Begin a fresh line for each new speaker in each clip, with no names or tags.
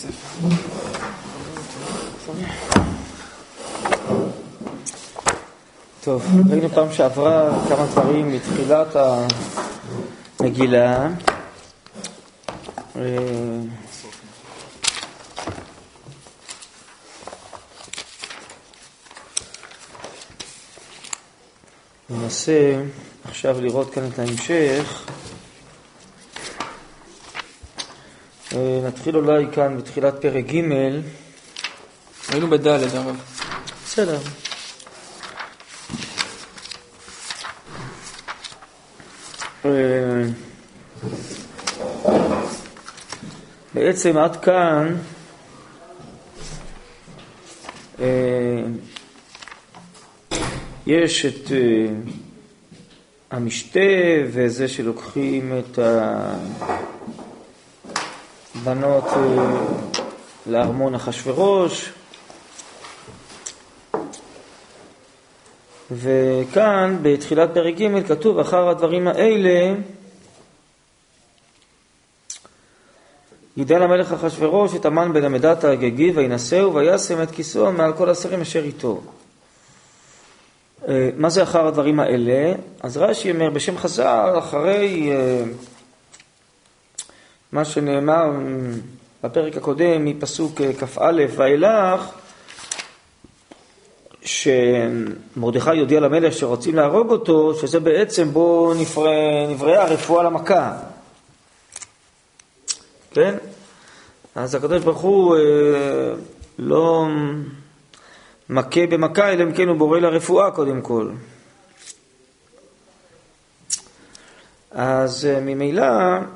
הספר.
טוב, ראינו פעם שעברה כמה דברים מתחילת המגילה. ננסה עכשיו לראות כאן את ההמשך. נתחיל אולי כאן בתחילת פרק ג'.
היינו בדלת, הרב.
בסדר. בעצם עד כאן יש את המשתה וזה שלוקחים את הבנות לארמון אחשוורוש, וכאן בתחילת פרק ג' כתוב אחר הדברים האלה גידל המלך אחשוורוש את המן בן המדת הגגי וינשאו וישם את כיסאו מעל כל השרים אשר איתו. מה זה אחר הדברים האלה? אז רש"י אומר בשם חז"ל אחרי מה שנאמר בפרק הקודם מפסוק כ"א ואילך, שמרדכי יודיע למלך שרוצים להרוג אותו, שזה בעצם בו נבראה הרפואה למכה. כן? אז הקדוש ברוך הוא לא מכה במכה, אלא אם כן הוא בורא לרפואה קודם כל. אז ממילא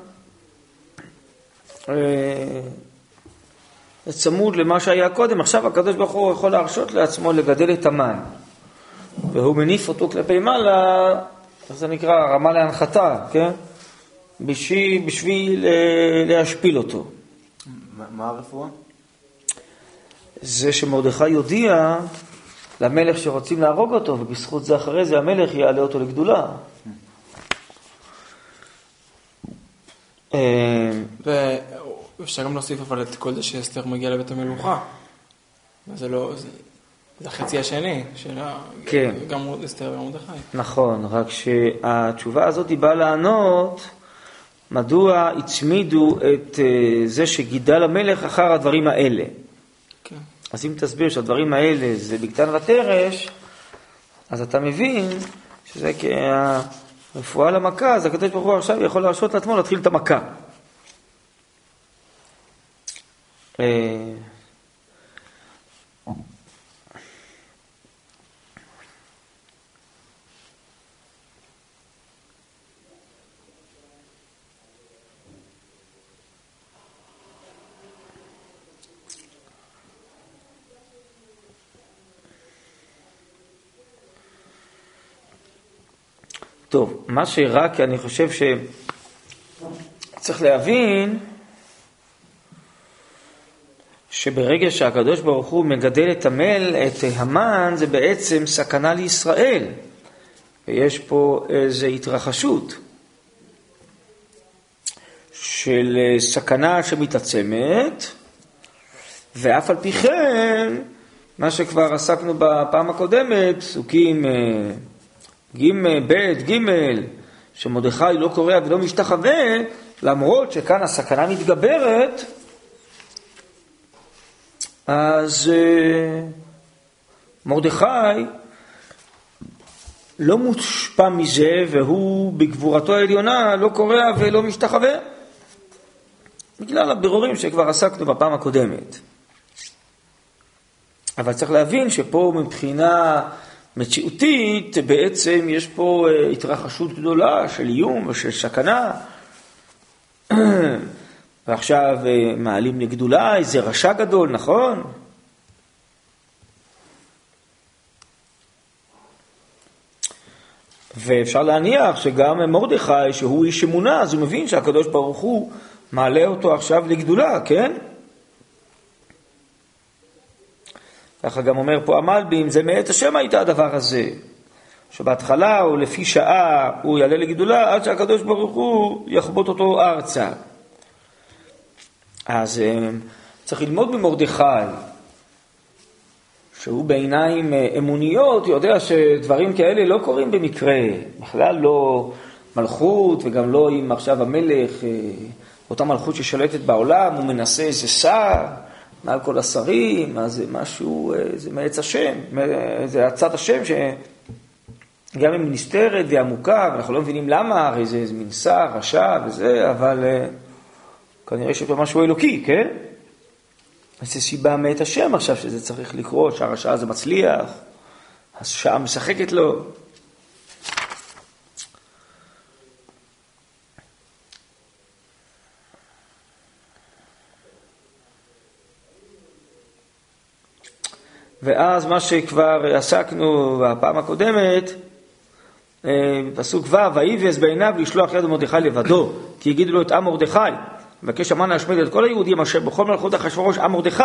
צמוד למה שהיה קודם. עכשיו הקדוש ברוך הוא יכול להרשות לעצמו לגדל את המן, והוא מניף אותו כלפי מעלה, זה נקרא רמה להנחתה, כן? בשביל להשפיל אותו.
מה הרפואה?
זה שמרדכי יודיע למלך שרוצים להרוג אותו, ובזכות זה אחרי זה המלך יעלה אותו לגדולה.
ואפשר גם להוסיף אבל את כל זה שאסתר מגיע לבית המלוכה. זה לא, זה החצי השני של
כן.
גם אסתר וגם מרדכי.
נכון, רק שהתשובה הזאת היא באה לענות מדוע הצמידו את זה שגידל המלך אחר הדברים האלה.
כן.
אז אם תסביר שהדברים האלה זה בקטן ותרש, אז אתה מבין שזה כרפואה למכה, אז הקדוש ברוך הוא עכשיו יכול להרשות לעצמו להתחיל את המכה. טוב, מה שרק אני חושב שצריך להבין, שברגע שהקדוש ברוך הוא מגדל את המן, זה בעצם סכנה לישראל. ויש פה איזו התרחשות של סכנה שמתעצמת, ואף על פי כן, מה שכבר עסקנו בפעם הקודמת, פסוקים ג' שמרדכי לא קורא ולא משתחווה, למרות שכאן הסכנה מתגברת, אז מרדכי לא מושפע מזה, והוא בגבורתו העליונה לא קורא ולא משתחווה, בגלל הבירורים שכבר עסקנו בפעם הקודמת. אבל צריך להבין שפה מבחינה מציאותית בעצם יש פה התרחשות גדולה של איום ושל סכנה, ועכשיו מעלים לגדולה איזה רשע גדול, נכון? ואפשר להניח שגם מרדכי שהוא איש אמונה, אז הוא מבין שהקדוש ברוך הוא מעלה אותו עכשיו לגדולה, כן? ככה גם אומר פה המלבים, זה מאת השם הייתה הדבר הזה, שבהתחלה או לפי שעה הוא יעלה לגדולה עד שהקדוש ברוך הוא יחבוט אותו ארצה. אז צריך ללמוד ממרדכי, שהוא בעיניים אמוניות, יודע שדברים כאלה לא קורים במקרה, בכלל לא מלכות וגם לא עם עכשיו המלך, אותה מלכות ששולטת בעולם, הוא מנסה איזה שר מעל כל השרים, אז זה משהו, זה מעץ השם, זה הצד השם שגם אם נסתרת ועמוקה, ואנחנו לא מבינים למה, הרי זה מין שר, רשע וזה, אבל כנראה שיש לו משהו אלוקי, כן? זה סיבה מאת השם עכשיו שזה צריך לקרות, שהרשע הזה מצליח, השעה משחקת לו. ואז מה שכבר עסקנו בפעם הקודמת, פסוק ו' ויבז בעיניו לשלוח יד מרדכי לבדו, כי יגידו לו את עם מרדכי, מבקש המן להשמיד את כל היהודים אשר בכל מלכות אחשוורוש עם מרדכי.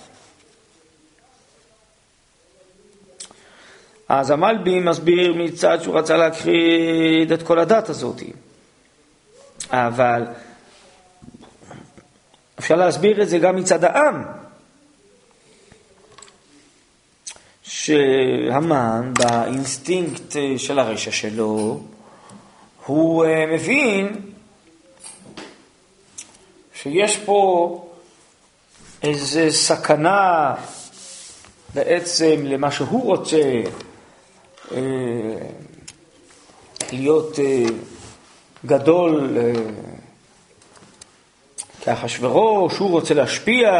אז המלבי מסביר מצד שהוא רצה להכחיד את כל הדת הזאת. אבל אפשר להסביר את זה גם מצד העם. שהמן באינסטינקט של הרשע שלו, הוא מבין שיש פה איזו סכנה בעצם למה שהוא רוצה להיות גדול כאחשוורוש, שהוא רוצה להשפיע,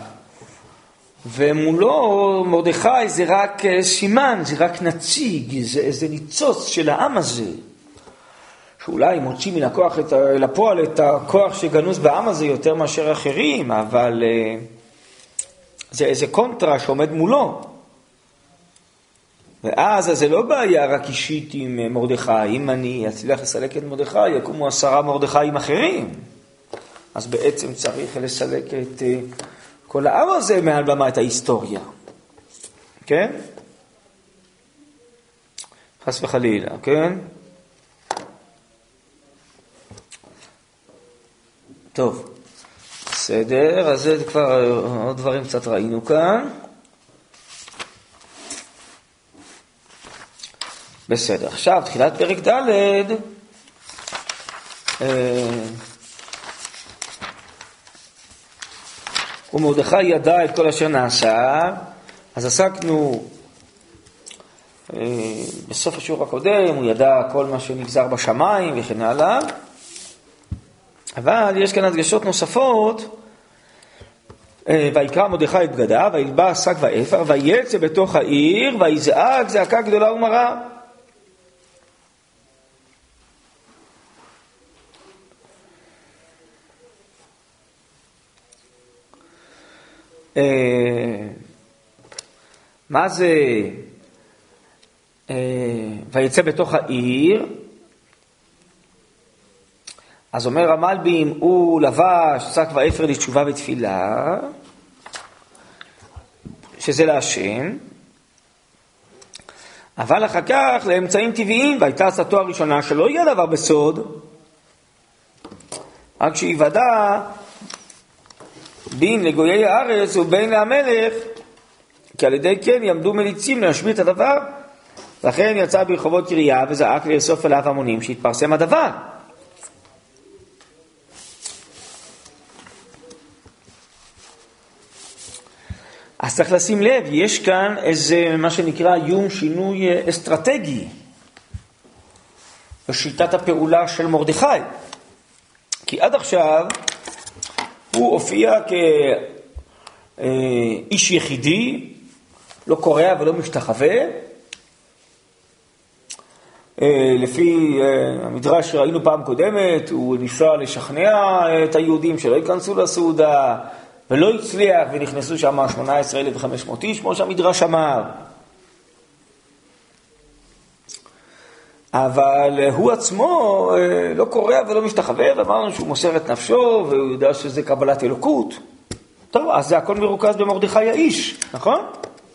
ומולו מרדכי זה רק סימן, זה רק נציג, זה איזה ניצוץ של העם הזה, שאולי מוציא מן הכוח לפועל את הכוח שגנוז בעם הזה יותר מאשר אחרים, אבל זה איזה קונטרה שעומד מולו. ואז זה לא בעיה רק אישית עם מרדכי, אם אני אצליח לסלק את מרדכי, יקומו 10 מרדכיים אחרים. אז בעצם צריך לסלק את כל העם הזה מעל במת ההיסטוריה. כן? חס וחלילה, כן? טוב, בסדר, אז זה כבר עוד דברים קצת ראינו כאן. בסדר, עכשיו תחילת פרק ד' ומרדכי ידע את כל אשר נעשה, אז עסקנו בסוף השיעור הקודם, הוא ידע כל מה שנגזר בשמיים וכן הלאה, אבל יש כאן הדגשות נוספות. ויקרא מרדכי את בגדיו, וילבש שק ואפר, ויצא בתוך העיר, ויזעק זעקה גדולה ומרה. מה זה ויצא בתוך העיר? אז אומר המלבים, הוא לבש שק ואפר לתשובה ותפילה, שזה להשם, אבל אחר כך לאמצעים טבעיים, והייתה עשתו הראשונה שלא יהיה דבר בסוד, רק שיוודע בין לגויי הארץ ובין למלך, כי על ידי כן יעמדו מליצים להשמיד את הדבר, לכן יצא ברחובות קריה וזעק לאסוף אליו המונים שהתפרסם הדבר. אז צריך לשים לב, יש כאן איזה מה שנקרא איום שינוי אסטרטגי בשיטת הפעולה של מרדכי. כי עד עכשיו הוא הופיע כאיש יחידי, לא קורע ולא משתחווה. לפי המדרש שראינו פעם קודמת, הוא ניסה לשכנע את היהודים שלא ייכנסו לסעודה, ולא הצליח, ונכנסו שם 18,500 איש, כמו שהמדרש אמר. אבל הוא עצמו לא קורע ולא משתחווה, ואמרנו שהוא מוסר את נפשו, והוא יודע שזה קבלת אלוקות. טוב, אז זה הכל מרוכז במרדכי האיש, נכון?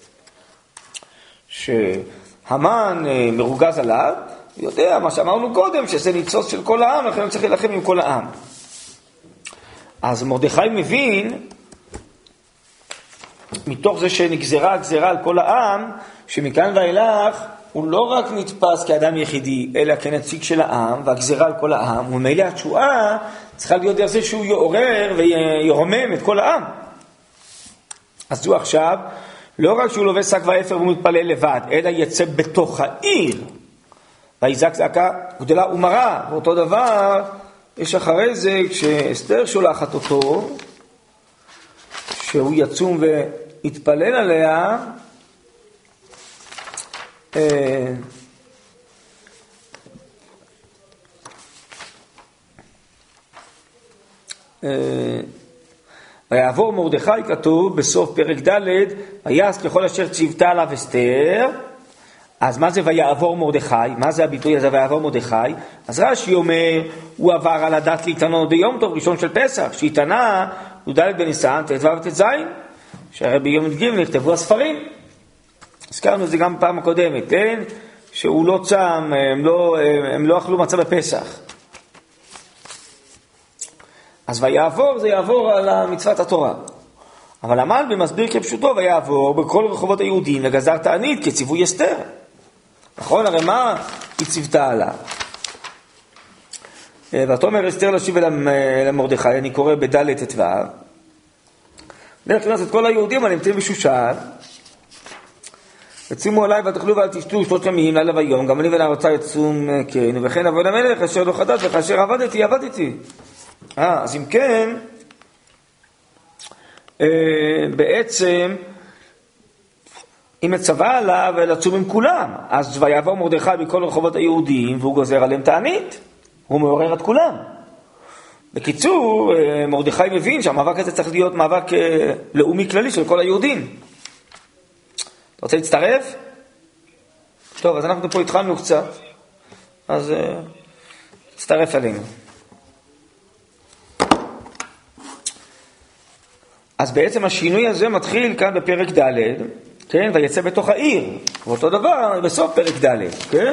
שהמן מרוגז עליו, הוא יודע מה שאמרנו קודם, שזה ניצוץ של כל העם, לכן הוא צריך להילחם עם כל העם. אז מרדכי מבין מתוך זה שנגזרה גזרה על כל העם, שמכאן ואילך הוא לא רק נתפס כאדם יחידי, אלא כנציג של העם, והגזרה על כל העם, וממילא התשועה צריכה להיות דרך זה שהוא יעורר וירומם את כל העם. אז זו עכשיו, לא רק שהוא לובש שק ואפר ומתפלל לבד, אלא יצא בתוך העיר, ויזעק זעקה גדולה ומרה. ואותו דבר, יש אחרי זה, כשאסתר שולחת אותו, שהוא יצום ויתפלל עליה, ויעבור מרדכי, כתוב בסוף פרק ד', ויעש ככל אשר ציוותה עליו אסתר. אז מה זה ויעבור מרדכי? מה זה הביטוי הזה ויעבור מרדכי? אז רש"י אומר, הוא עבר על הדת להתענות ביום טוב ראשון של פסח, שהתענה י"ד בניסן ט"ו וט"ז, שהרי ביום ג' נכתבו הספרים. הזכרנו את זה גם פעם הקודמת, כן? שהוא לא צם, הם לא אכלו מצה בפסח. אז ויעבור זה יעבור על מצוות התורה. אבל המלבי מסביר כפשוטו, ויעבור בכל רחובות היהודים וגזר תענית כציווי אסתר. נכון? הרי מה היא ציוותה עליו? ותאמר אסתר להשיב למרדכי, אני קורא בד' ט"ו, להכנס את כל היהודים הנמצאים בשושן, וצימו עליי ותאכלו ואל תשתו 3 ימים לילה ויום, גם אני ונערוצה יצום כן, וכן אבוא למלך אשר לא חדש וכאשר עבדתי. אז אם כן, בעצם היא מצווה עליו לצום עם כולם. אז ויעבור מרדכי בכל רחובות היהודים והוא גוזר עליהם תענית, הוא מעורר את כולם. בקיצור, מרדכי מבין שהמאבק הזה צריך להיות מאבק לאומי כללי של כל היהודים. אתה רוצה להצטרף? טוב, אז אנחנו פה התחלנו קצת, אז תצטרף אלינו. אז בעצם השינוי הזה מתחיל כאן בפרק ד', כן? ויצא בתוך העיר. ואותו דבר בסוף פרק ד', כן?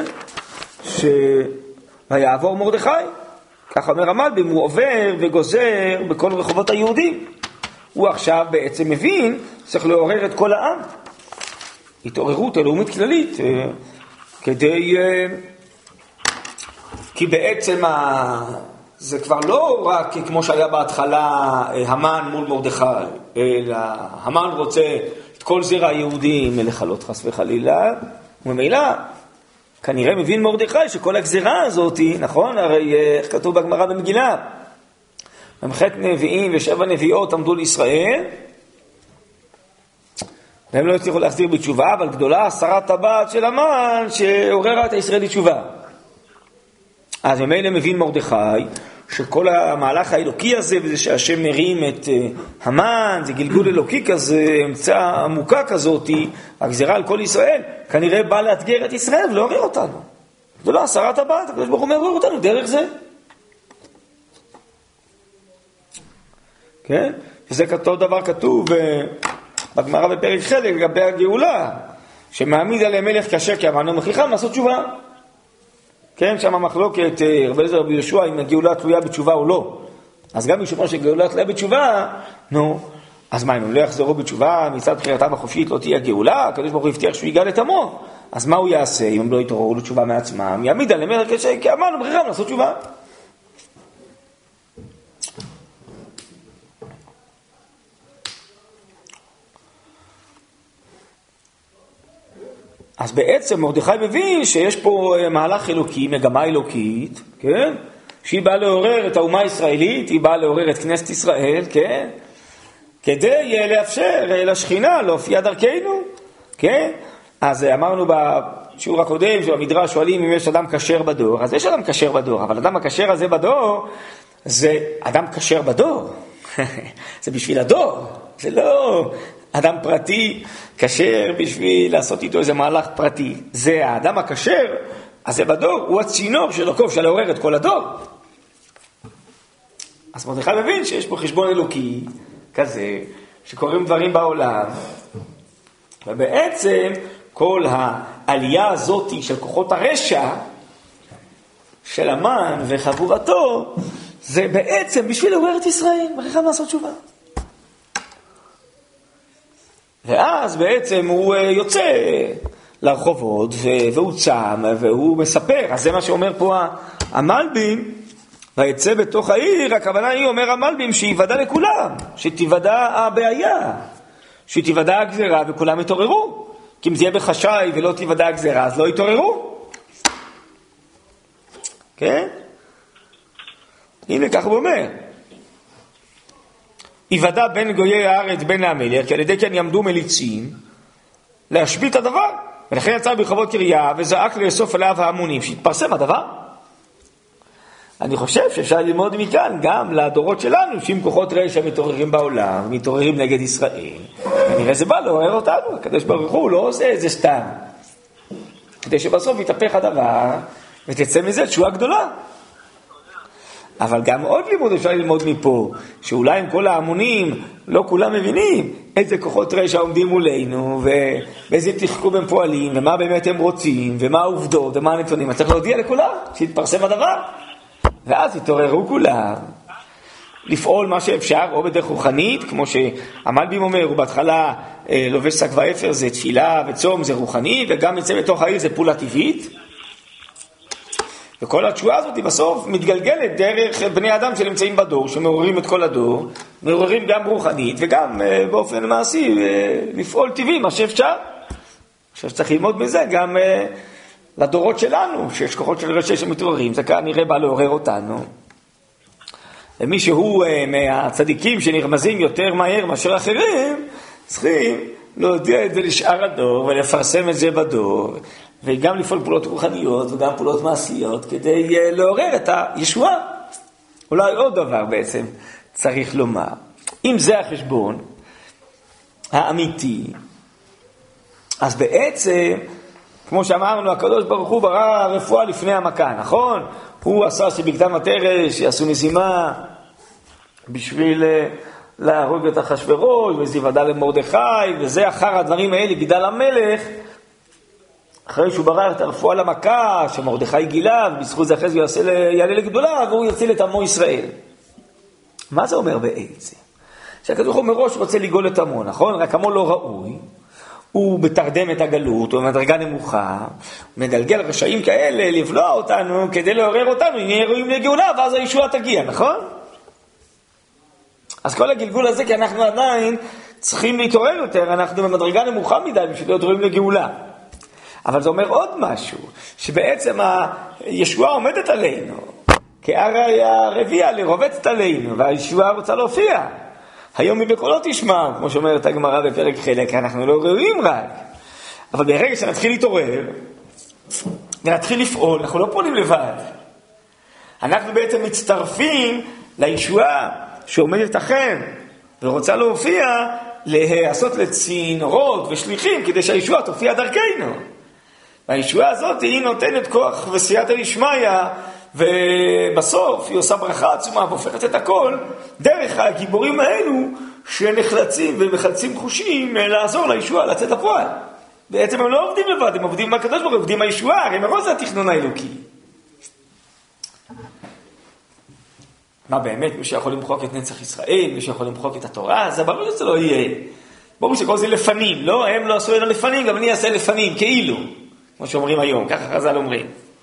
ויעבור מרדכי. כך אומר המלבי, הוא עובר וגוזר בכל רחובות היהודים. הוא עכשיו בעצם מבין, צריך לעורר את כל העם. התעוררות הלאומית כללית, כדי... כי בעצם זה כבר לא רק כמו שהיה בהתחלה המן מול מרדכי, אלא המן רוצה את כל זרע היהודים לחלות חס וחלילה, וממילא כנראה מבין מרדכי שכל הגזרה הזאת, נכון? הרי איך כתוב בגמרא במגילה? ממחת נביאים ו7 נביאות עמדו לישראל, והם לא הצליחו להחזיר בתשובה, אבל גדולה שרת הבת של המן שעוררה את הישראל לתשובה. אז ממילא מבין מרדכי שכל המהלך האלוקי הזה, וזה שהשם מרים את המן, זה גלגול אלוקי כזה, אמצע עמוקה כזאת, הגזרה על כל ישראל, כנראה בא לאתגר את ישראל ולעורר אותנו. זה לא שרת הבת, הקדוש ברוך הוא מעורר אותנו דרך זה. כן? וזה כתוב דבר כתוב בגמרא בפרק חלק לגבי הגאולה, שמעמיד עליהם מלך קשה כי אמרנו מכריחם לעשות תשובה. כן, שם המחלוקת רבי אליעזר רבי יהושע אם הגאולה תלויה בתשובה או לא. אז גם משום שגאולה תלויה בתשובה, אז מה, אם הם לא יחזרו בתשובה, מצד בחירתם החופשית לא תהיה גאולה, הקדוש ברוך הוא הבטיח שהוא יגאל את עמו. אז מה הוא יעשה אם הם לא יתעוררו לתשובה מעצמם? יעמיד עליהם מלך קשה כי אמרנו מכריחם לעשות תשובה. אז בעצם מרדכי מבין שיש פה מהלך אלוקי, מגמה אלוקית, כן? שהיא באה לעורר את האומה הישראלית, היא באה לעורר את כנסת ישראל, כן? כדי לאפשר לשכינה להופיע דרכנו, כן? אז אמרנו בשיעור הקודם שבמדרש שואלים אם יש אדם כשר בדור, אז יש אדם כשר בדור, אבל אדם הכשר הזה בדור, זה אדם כשר בדור, זה בשביל הדור, זה לא... אדם פרטי כשר בשביל לעשות איתו איזה מהלך פרטי. זה האדם הכשר, אז זה בדור, הוא הצינור של הקוף של לעורר את כל הדור. אז מרדכי מבין שיש פה חשבון אלוקי כזה, שקוראים דברים בעולם, ובעצם כל העלייה הזאת של כוחות הרשע, של המן וחבורתו, זה בעצם בשביל לעורר את ישראל, מכריחם לעשות תשובה. ואז בעצם הוא יוצא לרחובות, והוא צם, והוא מספר. אז זה מה שאומר פה המלבים, ויצא בתוך העיר. הכוונה היא, אומר המלבים, שיוודע לכולם, שתיוודע הבעיה, שתיוודע הגזרה וכולם יתעוררו. כי אם זה יהיה בחשאי ולא תיוודע הגזרה, אז לא יתעוררו. כן? הנה כך הוא אומר. יוודע בין גויי הארץ בין המלך, כי על ידי כן יעמדו מליצים להשבית הדבר. ולכן יצא ברחובות קריה וזעק לאסוף אליו ההמונים, שהתפרסם הדבר. אני חושב שאפשר ללמוד מכאן גם לדורות שלנו, שאם כוחות רשע מתעוררים בעולם, מתעוררים נגד ישראל, כנראה זה בא לעורר אותנו. הקדוש ברוך הוא לא עושה את זה סתם, כדי שבסוף יתהפך הדבר ותצא מזה תשועה גדולה. אבל גם עוד לימוד אפשר ללמוד מפה, שאולי עם כל ההמונים לא כולם מבינים איזה כוחות רשע עומדים מולנו, ובאיזה תחכום הם פועלים, ומה באמת הם רוצים, ומה העובדות, ומה הנתונים. אז צריך להודיע לכולם שיתפרסם הדבר, ואז יתעוררו כולם לפעול מה שאפשר, או בדרך רוחנית, כמו שהמלבים אומר, הוא בהתחלה לובש שק ואפר, זה תפילה וצום, זה רוחני, וגם יצא בתוך העיר זה פעולה טבעית. וכל התשועה הזאת היא בסוף מתגלגלת דרך בני אדם שנמצאים בדור, שמעוררים את כל הדור, מעוררים גם רוחנית וגם באופן מעשי לפעול טבעי, מה שאפשר. עכשיו צריך ללמוד מזה גם לדורות שלנו, שיש כוחות של רשע שמתעוררים, זה כנראה בא לעורר אותנו. ומי שהוא מהצדיקים שנרמזים יותר מהר מאשר אחרים, צריכים להודיע את זה לשאר הדור ולפרסם את זה בדור, וגם לפעול פעולות רוחניות וגם פעולות מעשיות כדי לעורר את הישועה. אולי עוד דבר בעצם צריך לומר. אם זה החשבון האמיתי, אז בעצם, כמו שאמרנו, הקדוש ברוך הוא ברא רפואה לפני המכה, נכון? הוא עשה שבקדם התרש יעשו מזימה בשביל להרוג את אחשוורוש, וזה ודע למרדכי, וזה אחר הדברים האלה גידל המלך, אחרי שהוא ברא את הרפואה למכה, שמרדכי גילה, ובזכות זה אחרי זה יעלה לגדולה, והוא יציל את עמו ישראל. מה זה אומר בעצם? שהקדוש ברוך הוא מראש רוצה לגאול את עמו, נכון? רק עמו לא ראוי, הוא מתרדם את הגלות, הוא במדרגה נמוכה, הוא מגלגל רשעים כאלה, לבלוע אותנו, כדי לעורר אותנו, נהיה ראויים לגאולה, ואז הישועה תגיע, נכון? אז כל הגלגול הזה, כי אנחנו עדיין צריכים להתעורר יותר, אנחנו במדרגה נמוכה מדי, בשביל להיות ראויים לגאולה. אבל זה אומר עוד משהו, שבעצם הישועה עומדת עלינו, כהרי הרביעה לרובצת עלינו, והישועה רוצה להופיע. היום היא בקולות תשמע, כמו שאומרת הגמרא בפרק חלק, אנחנו לא ראויים רק. אבל ברגע שנתחיל להתעורר, ונתחיל לפעול, אנחנו לא פועלים לבד. אנחנו בעצם מצטרפים לישועה שעומדת לכם, ורוצה להופיע, לעשות לצינורות ושליחים, כדי שהישועה תופיע דרכנו. והישועה הזאת היא נותנת כוח וסייעתא דשמיא, ובסוף היא עושה ברכה עצומה והופכת את הכל דרך הגיבורים האלו שנחלצים ומחלצים חושים לעזור לישועה לצאת הפועל. בעצם הם לא עובדים לבד, הם עובדים מהקדוש ברוך הוא, עובדים מהישועה, הרי מראש זה התכנון האלוקי. מה באמת, מי שיכול למחוק את נצח ישראל, מי שיכול למחוק את התורה, זה ברור שזה לא יהיה. ברור שכל זה לפנים, לא? הם לא עשו אלא לפנים, גם אני אעשה לפנים, כאילו. כמו שאומרים היום, ככה חז"ל אומרים.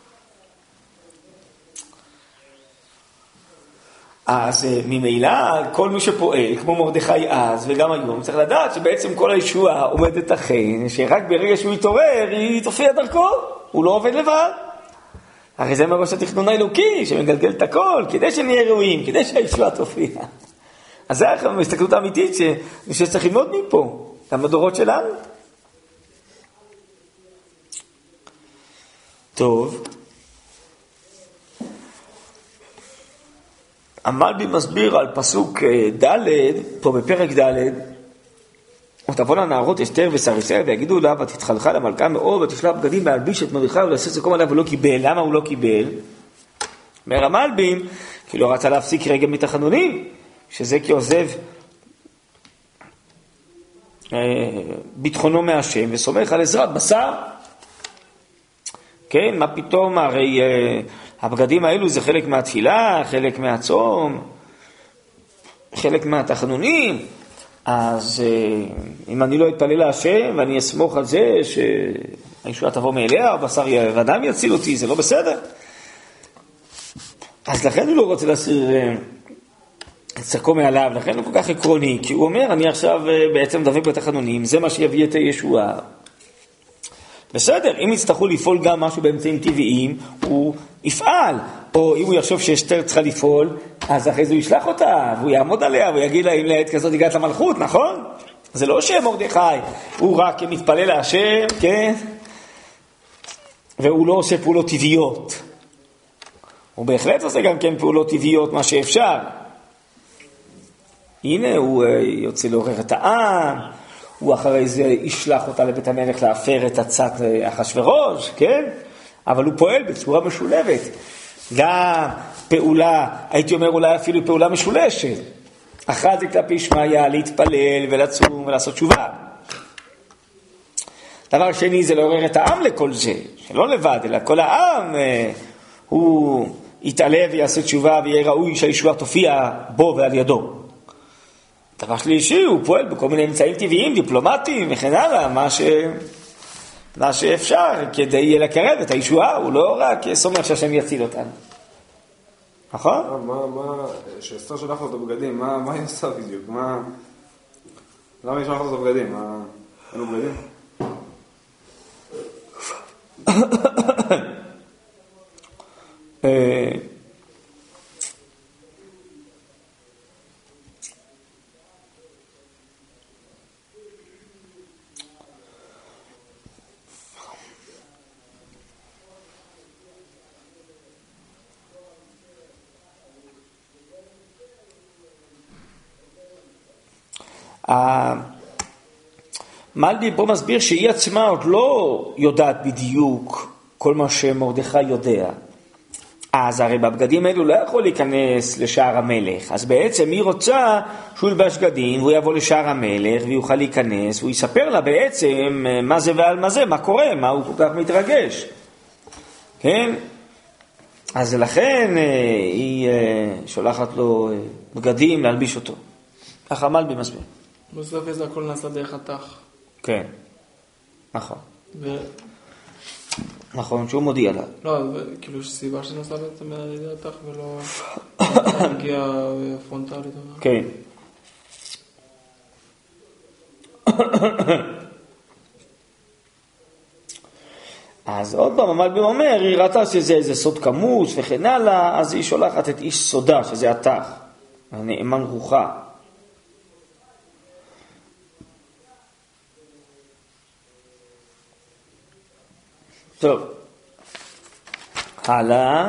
אז ממילא כל מי שפועל, כמו מרדכי אז וגם היום, צריך לדעת שבעצם כל הישועה עומדת לכן, שרק ברגע שהוא יתעורר, היא תופיע דרכו, הוא לא עובד לבד. הרי זה מראש התכנון האלוקי, שמגלגל את הכל, כדי שנהיה ראויים, כדי שהישועה תופיע. אז זה ההסתכלות האמיתית שצריך ללמוד מפה, גם בדורות שלנו. טוב. המלבי מסביר על פסוק ד' פה בפרק ד', ותבואנה הנערות אסתר ושריסיה ויגידו לה ותתחלחה למלכה מאוד ותשלח בגדים להלביש את מרדכי ולעשות סיכום עליו ולא קיבל. למה הוא לא קיבל? אומר המלבים כי לא רצה להפסיק רגע מתחנונים, שזה כי עוזב ביטחונו מהשם וסומך על עזרת בשר. כן, מה פתאום? הרי הבגדים האלו זה חלק מהתפילה, חלק מהצום, חלק מהתחנונים. אז אם אני לא אתפלל להשם ואני אסמוך על זה שהישועה תבוא מאליה, בשר ואדם יציל אותי, זה לא בסדר. אז לכן הוא לא רוצה להסיר את שקו מעליו, לכן הוא כל כך עקרוני, כי הוא אומר, אני עכשיו בעצם דבק בתחנונים, זה מה שיביא את הישועה. בסדר, אם יצטרכו לפעול גם משהו באמצעים טבעיים, הוא יפעל. או אם הוא יחשוב שאסתר צריכה לפעול, אז אחרי זה הוא ישלח אותה, והוא יעמוד עליה, והוא יגיד לה, אם לעת כזאת הגעת למלכות, נכון? זה לא שמרדכי, הוא רק מתפלל להשם, כן? והוא לא עושה פעולות טבעיות. הוא בהחלט עושה גם כן פעולות טבעיות, מה שאפשר. הנה, הוא יוצא לעורר את העם, הוא אחרי זה ישלח אותה לבית המלך להפר את עצת אחשוורוש, כן? אבל הוא פועל בצורה משולבת. גם פעולה, הייתי אומר אולי אפילו פעולה משולשת. אחת זה כלפי שמעיה, להתפלל ולצום ולעשות תשובה. דבר שני זה לעורר את העם לכל זה, שלא לבד, אלא כל העם הוא יתעלה ויעשה תשובה ויהיה ראוי שהישועה תופיע בו ועל ידו. דבר שלישי, הוא פועל בכל מיני אמצעים טבעיים, דיפלומטיים וכן הלאה, מה שאפשר כדי לקרב את הישועה, הוא לא רק סומך שהשם יציל אותנו. נכון?
שאסתר שלח אותו בגדים, מה היא עושה בדיוק? למה היא שלח אותו בגדים? אין לו בגדים?
מלבי פה מסביר שהיא עצמה עוד לא יודעת בדיוק כל מה שמרדכי יודע. אז הרי בבגדים האלו לא יכול להיכנס לשער המלך, אז בעצם היא רוצה שהוא ילבש בגדים והוא יבוא לשער המלך ויוכל להיכנס והוא יספר לה בעצם מה זה ועל מה זה, מה קורה, מה הוא כל כך מתרגש, כן? אז לכן היא שולחת לו בגדים להלביש אותו. ככה מלבי מסביר.
בסוף זה הכל נעשה דרך התח.
כן, נכון. נכון, שהוא מודיע לה.
לא, כאילו יש סיבה שנעשה בעצם על ידי התח ולא הגיע פרונטלית.
כן. אז עוד פעם, המלבי אומר, היא ראתה שזה איזה סוד כמוס וכן הלאה, אז היא שולחת את איש סודה, שזה התח, הנאמן רוחה. טוב, הלאה.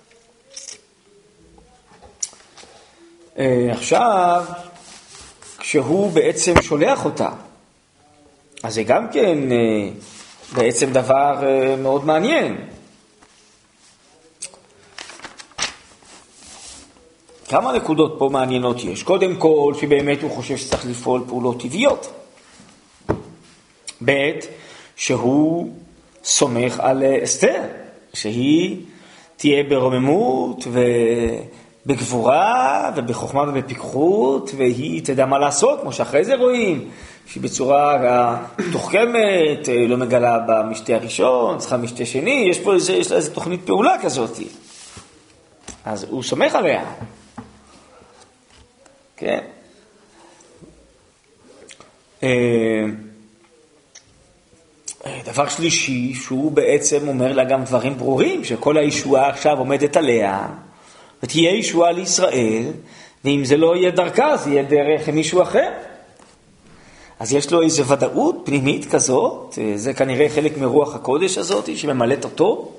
עכשיו, כשהוא בעצם שולח אותה, אז זה גם כן בעצם דבר מאוד מעניין. כמה נקודות פה מעניינות יש. קודם כל, שבאמת הוא חושב שצריך לפעול פעולות טבעיות. ב' שהוא סומך על אסתר, שהיא תהיה ברוממות ובגבורה ובחוכמה ובפיקחות, והיא תדע מה לעשות, כמו שאחרי זה רואים, שהיא בצורה תוחכמת, לא מגלה במשתה הראשון, צריכה משתה שני, יש לה איזו תוכנית פעולה כזאת. אז הוא סומך עליה. כן? דבר שלישי, שהוא בעצם אומר לה גם דברים ברורים, שכל הישועה עכשיו עומדת עליה, ותהיה ישועה לישראל, ואם זה לא יהיה דרכה, זה יהיה דרך מישהו אחר. אז יש לו איזו ודאות פנימית כזאת, זה כנראה חלק מרוח הקודש הזאת, שממלאת אותו.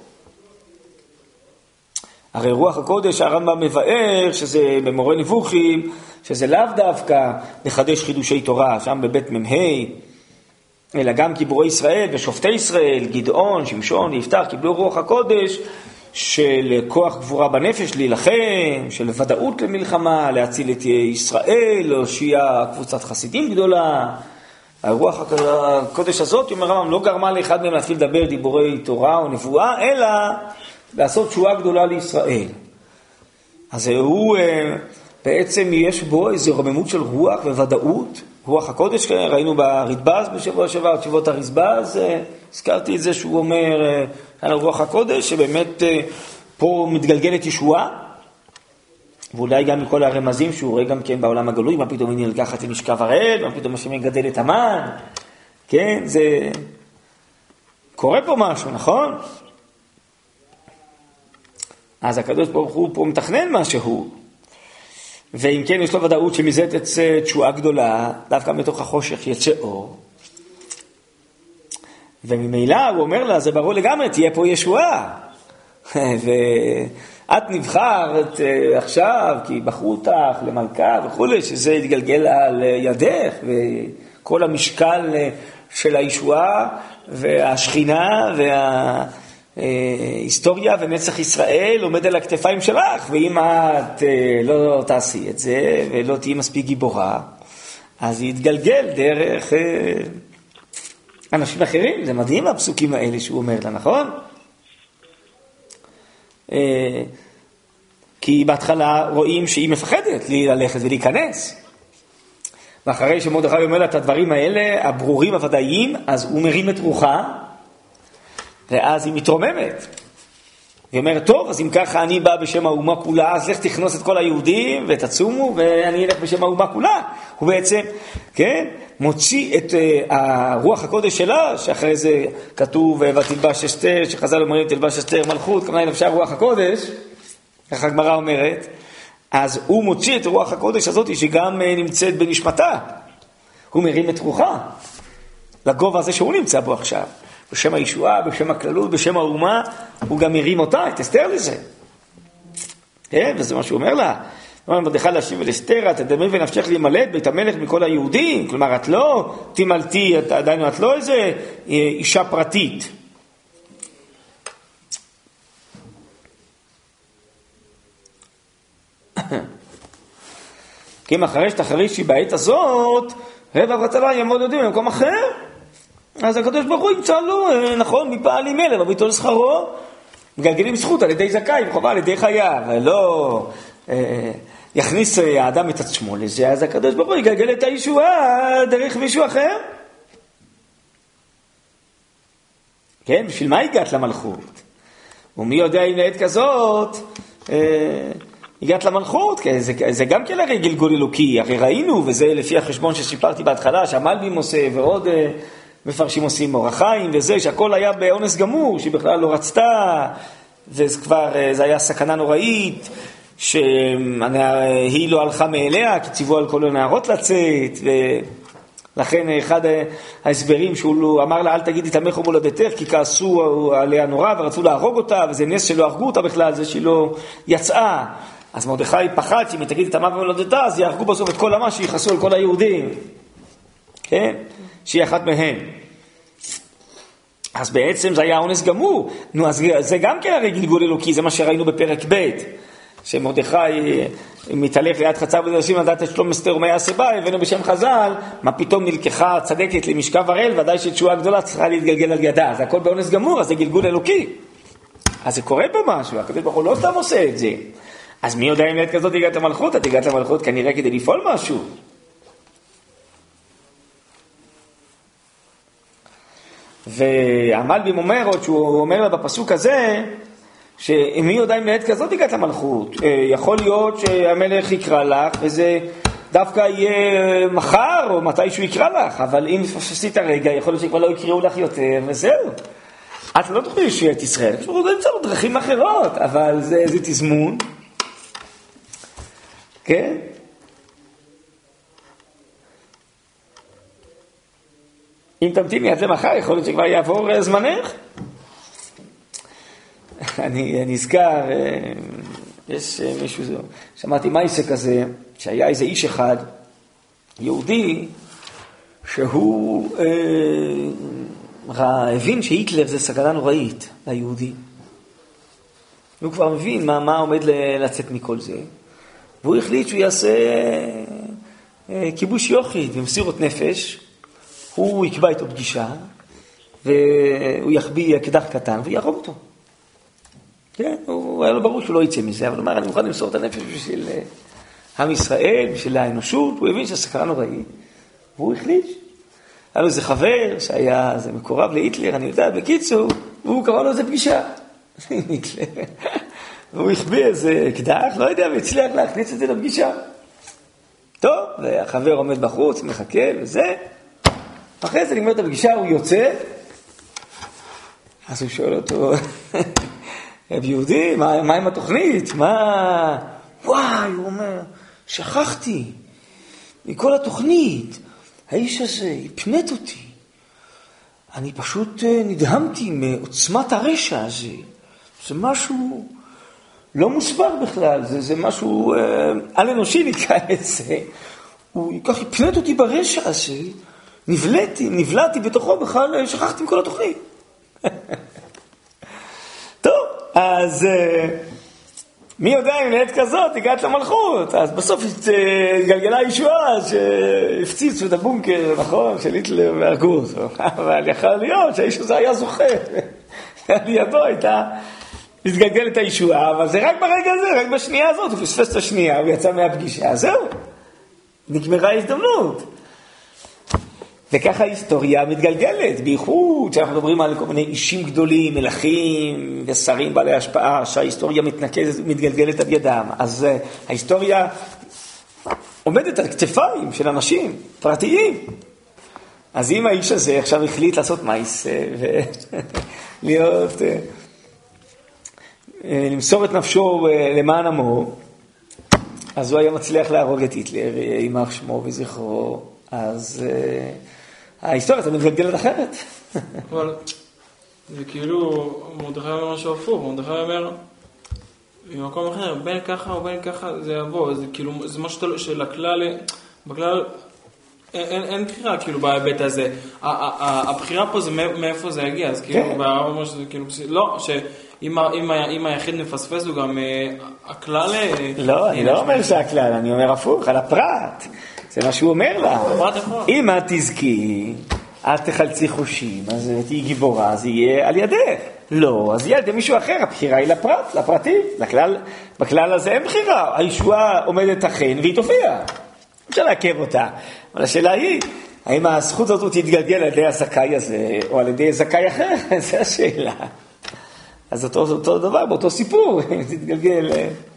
הרי רוח הקודש, הרמב"ם מבאר, שזה במורה נבוכים, שזה לאו דווקא לחדש חידושי תורה, שם בבית ממהי, אלא גם גיבורי ישראל ושופטי ישראל, גדעון, שמשון ויפתח, קיבלו רוח הקודש של כוח גבורה בנפש להילחם, של ודאות למלחמה, להציל את ישראל, להושיע קבוצת חסידים גדולה. הרוח הקודש הזאת, אומר הרמב"ם, לא גרמה לאחד מהם להתחיל לדבר דיבורי תורה או נבואה, אלא לעשות תשועה גדולה לישראל. אז הוא בעצם יש בו איזו רוממות של רוח וודאות, רוח הקודש, ראינו ברדב"ז בשבוע שעבר, תשובות הרדב"ז, הזכרתי את זה שהוא אומר על רוח הקודש, שבאמת פה מתגלגלת ישועה, ואולי גם מכל הרמזים שהוא רואה גם כן בעולם הגלוי, מה פתאום היא נלקחת למשכב הראל, מה פתאום השם מגדל את המן, כן, זה קורה פה משהו, נכון? אז הקדוש ברוך הוא פה מתכנן משהו, ואם כן יש לו ודאות שמזה תצא תשועה גדולה, דווקא מתוך החושך יצא אור, וממילא הוא אומר לה, זה ברור לגמרי, תהיה פה ישועה, ואת נבחרת עכשיו, כי בחרו אותך למלכה וכו', שזה יתגלגל על ידך, וכל המשקל של הישועה, והשכינה, וההיסטוריה ונצח ישראל עומד על הכתפיים שלך, ואם את לא תעשי את זה, ולא תהיי מספיק גיבורה, אז יתגלגל דרך אנשים אחרים. זה מדהים הפסוקים האלה שהוא אומר לה, נכון? כי בהתחלה רואים שהיא מפחדת ללכת ולהיכנס. ואחרי שמרדכי אומר לה את הדברים האלה, הברורים הוודאיים, אז הוא מרים את רוחה, ואז היא מתרוממת. היא אומרת, טוב, אז אם ככה אני בא בשם האומה כולה, אז לך תכנוס את כל היהודים ותצומו, ואני אלך בשם האומה כולה. הוא בעצם, כן, מוציא את הרוח הקודש שלה, שאחרי זה כתוב, ותלבש אסתר, שחז"ל אומרים, תלבש אסתר מלכות, כמובן נפשה רוח הקודש, ככה הגמרא אומרת, אז הוא מוציא את רוח הקודש הזאת, שגם נמצאת בנשמתה. הוא מרים את רוחה, לגובה הזה שהוא נמצא בו עכשיו. בשם הישועה, בשם הכללות, בשם האומה, הוא גם מרים אותה, את אסתר לזה. כן, וזה מה שהוא אומר לה. אומר מרדכי להשיב אל אסתר, תדמי ונפשך להימלט בית המלך מכל היהודים. כלומר, את לא תמלטי, עדיין את לא איזה אישה פרטית. כי אם אחרי שתחרישי בעת הזאת, רבע ורצבה יעמוד יודעים במקום אחר. אז הקדוש ברוך הוא ימצא לו, נכון, מפעל עם אלה, וביטול שכרו, מגלגלים זכות על ידי זכאי, וחובה על ידי חייו, ולא יכניס האדם את עצמו לזה, אז הקדוש ברוך הוא יגלגל את הישועה דרך מישהו אחר. כן, בשביל מה הגעת למלכות? ומי יודע אם לעת כזאת הגעת למלכות? זה גם כן הרי גלגול אלוקי, הרי ראינו, וזה לפי החשבון שסיפרתי בהתחלה, שהמלבים עושה ועוד מפרשים עושים אור החיים וזה, שהכל היה באונס גמור, שהיא בכלל לא רצתה, זה היה סכנה נוראית, שהיא לא הלכה מאליה, כי ציוו על כל הנערות לצאת, ולכן אחד ההסברים שהוא אמר לה, אל תגידי תמך ומולדתך, כי כעסו עליה נורא ורצו להרוג אותה, וזה נס שלא הרגו אותה בכלל, זה שהיא לא יצאה. אז מרדכי פחד שאם היא תגיד תמך ומולדתה, אז יהרגו בסוף את כל עמה, שיחסו על כל היהודים. כן? שהיא אחת מהם. אז בעצם זה היה אונס גמור. נו, אז זה גם כן הרי גלגול אלוקי, זה מה שראינו בפרק ב', שמרדכי מתהלך ליד חצר בית אנשים לדעת את שלום אסתר ומה יעשה בה, הבאנו בשם חז"ל, מה פתאום נלקחה צדקת למשכב הראל, ודאי שתשועה גדולה צריכה להתגלגל על ידה. זה הכל באונס גמור, אז זה גלגול אלוקי. אז זה קורה פה משהו, הקדוש ברוך הוא לא סתם עושה את זה. אז מי יודע אם לעת כזאת הגעת למלכות? את הגעת למלכות כנראה כדי לפעול משהו. והמלבים אומר עוד שהוא אומר לה בפסוק הזה, שמי יודע אם לעת כזאת הגעת למלכות? יכול להיות שהמלך יקרא לך, וזה דווקא יהיה מחר, או מתי שהוא יקרא לך, אבל אם עשית הרגע, יכול להיות שכבר לא יקראו לך יותר, וזהו. את לא תוכלי לשאול את ישראל, יש לנו דרכים אחרות, אבל זה תזמון. כן? אם תמתיני עד למחר, יכול להיות שכבר יעבור זמנך. אני נזכר, יש מישהו, שמעתי מייסה כזה, שהיה איזה איש אחד, יהודי, שהוא הבין שהיטלר זה סכנה נוראית ליהודי. הוא כבר מבין מה עומד לצאת מכל זה. והוא החליט שהוא יעשה כיבוש יוחיד ומסירות נפש. הוא יקבע איתו פגישה, והוא יחביא אקדח קטן ויהרוג אותו. כן, הוא היה לו ברור שהוא לא יצא מזה, אבל הוא אמר, אני מוכן למסור את הנפש בשביל עם ישראל, בשביל האנושות. הוא הבין שהסכנה נוראית, והוא החליש. היה לו איזה חבר שהיה איזה מקורב להיטלר, אני יודע, בקיצור, והוא קרא לו איזה פגישה. היטלר. והוא החביא איזה אקדח, לא יודע, והצליח להכניס את זה לפגישה. טוב, והחבר עומד בחוץ, מחכה וזה. אחרי זה נגמר את הפגישה, הוא יוצא. אז הוא שואל אותו, רב יהודי, מה עם התוכנית? מה? וואי, הוא אומר, שכחתי מכל התוכנית. האיש הזה הפנט אותי. אני פשוט נדהמתי מעוצמת הרשע הזה. זה משהו לא מוסבר בכלל, זה משהו על אנושי נקרא את זה. הוא כך הפנט אותי ברשע הזה, נבלעתי בתוכו, בכלל שכחתי מכל התוכנית. טוב, אז מי יודע אם לעת כזאת הגעת למלכות, אז בסוף גלגלה ישועה שהפציצו את הבונקר, נכון, של היטלר והרגו אותו. אבל יכול להיות שהאיש הזה היה זוכה, לידו הייתה להתגלגל את הישועה, אבל זה רק ברגע הזה, רק בשנייה הזאת, הוא פספס את השנייה, הוא יצא מהפגישה, זהו, נגמרה ההזדמנות. וככה ההיסטוריה מתגלגלת, בייחוד שאנחנו מדברים על כל מיני אישים גדולים, מלכים ושרים בעלי השפעה, שההיסטוריה מתגלגלת על ידם. אז ההיסטוריה עומדת על כתפיים של אנשים פרטיים. אז אם האיש הזה עכשיו החליט לעשות מעשה ולהיות, למסור את נפשו למען עמו, אז הוא היה מצליח להרוג את היטלר, יימח שמו וזכרו, אז ההיסטוריה זה מתגלגלת אחרת.
אבל זה כאילו, מרדכי אומר משהו הפוך, מרדכי אומר, במקום אחר, בין ככה או בין ככה זה יבוא, זה כאילו, זה משהו של הכלל, בכלל אין בחירה כאילו בהיבט הזה. הבחירה פה זה מאיפה זה יגיע, אז כאילו, אומר שזה כאילו, לא, שאם היחיד מפספס הוא גם הכלל...
לא, אני לא אומר שהכלל, אני אומר הפוך, על הפרט. זה מה שהוא אומר לה. אם את תזכי, את תחלצי חושים, אז תהי גיבורה, אז יהיה על ידך. לא, אז יהיה על ידי מישהו אחר. הבחירה היא לפרט, לפרטים. בכלל הזה אין בחירה. הישועה עומדת אכן והיא תופיע. אפשר לעכב אותה. אבל השאלה היא, האם הזכות הזאת תתגלגל על ידי הזכאי הזה, או על ידי זכאי אחר? זו השאלה. אז אותו דבר, באותו סיפור, תתגלגל.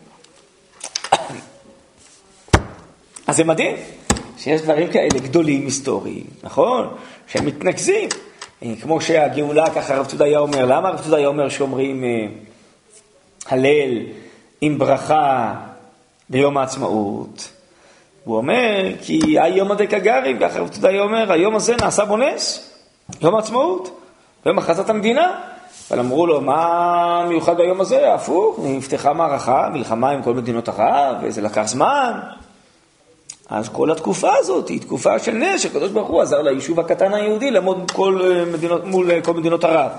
אז זה מדהים. שיש דברים כאלה גדולים היסטוריים, נכון? שהם מתנקזים. כמו שהגאולה, ככה הרב צודיה אומר, למה הרב צודיה אומר שאומרים הלל עם ברכה ביום העצמאות? הוא אומר, כי היום הדקגרים, ככה הרב צודיה אומר, היום הזה נעשה בו נס, יום העצמאות, ביום הכרזת המדינה. אבל אמרו לו, מה מיוחד ביום הזה? הפוך, נפתחה מערכה, מלחמה עם כל מדינות ערב, וזה לקח זמן. אז כל התקופה הזאת היא תקופה של נס, שקדוש ברוך הוא עזר ליישוב הקטן היהודי לעמוד מול כל מדינות ערב.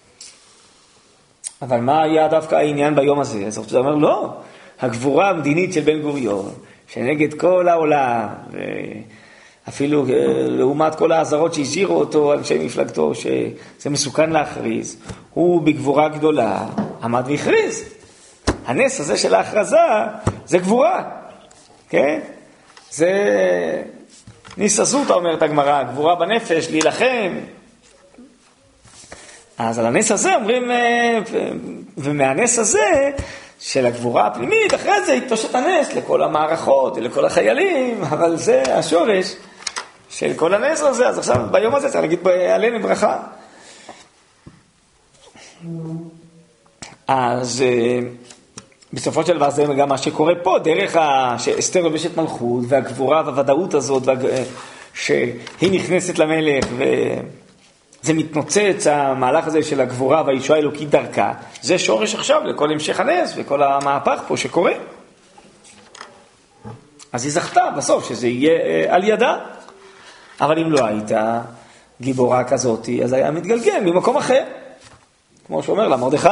אבל מה היה דווקא העניין ביום הזה? אז הוא אומר, לא, הגבורה המדינית של בן גוריון, שנגד כל העולם, אפילו לעומת כל העזרות שהזהירו אותו אנשי מפלגתו, שזה מסוכן להכריז, הוא בגבורה גדולה עמד והכריז. הנס הזה של ההכרזה זה גבורה, כן? זה ניססות, אומרת הגמרא, גבורה בנפש, להילחם. אז על הנס הזה אומרים, ומהנס הזה של הגבורה הפנימית, אחרי זה התפשט הנס לכל המערכות ולכל החיילים, אבל זה השורש של כל הנס הזה. אז עכשיו ביום הזה צריך להגיד עלינו ברכה. אז בסופו של דבר זה גם מה שקורה פה, דרך שאסתר לובשת מלכות, והגבורה והוודאות הזאת, שהיא נכנסת למלך, וזה מתנוצץ, המהלך הזה של הגבורה והישועה האלוקית דרכה, זה שורש עכשיו לכל המשך הנס, וכל המהפך פה שקורה. אז היא זכתה בסוף שזה יהיה על ידה, אבל אם לא הייתה גיבורה כזאת, אז היה מתגלגל ממקום אחר, כמו שאומר לה מרדכי.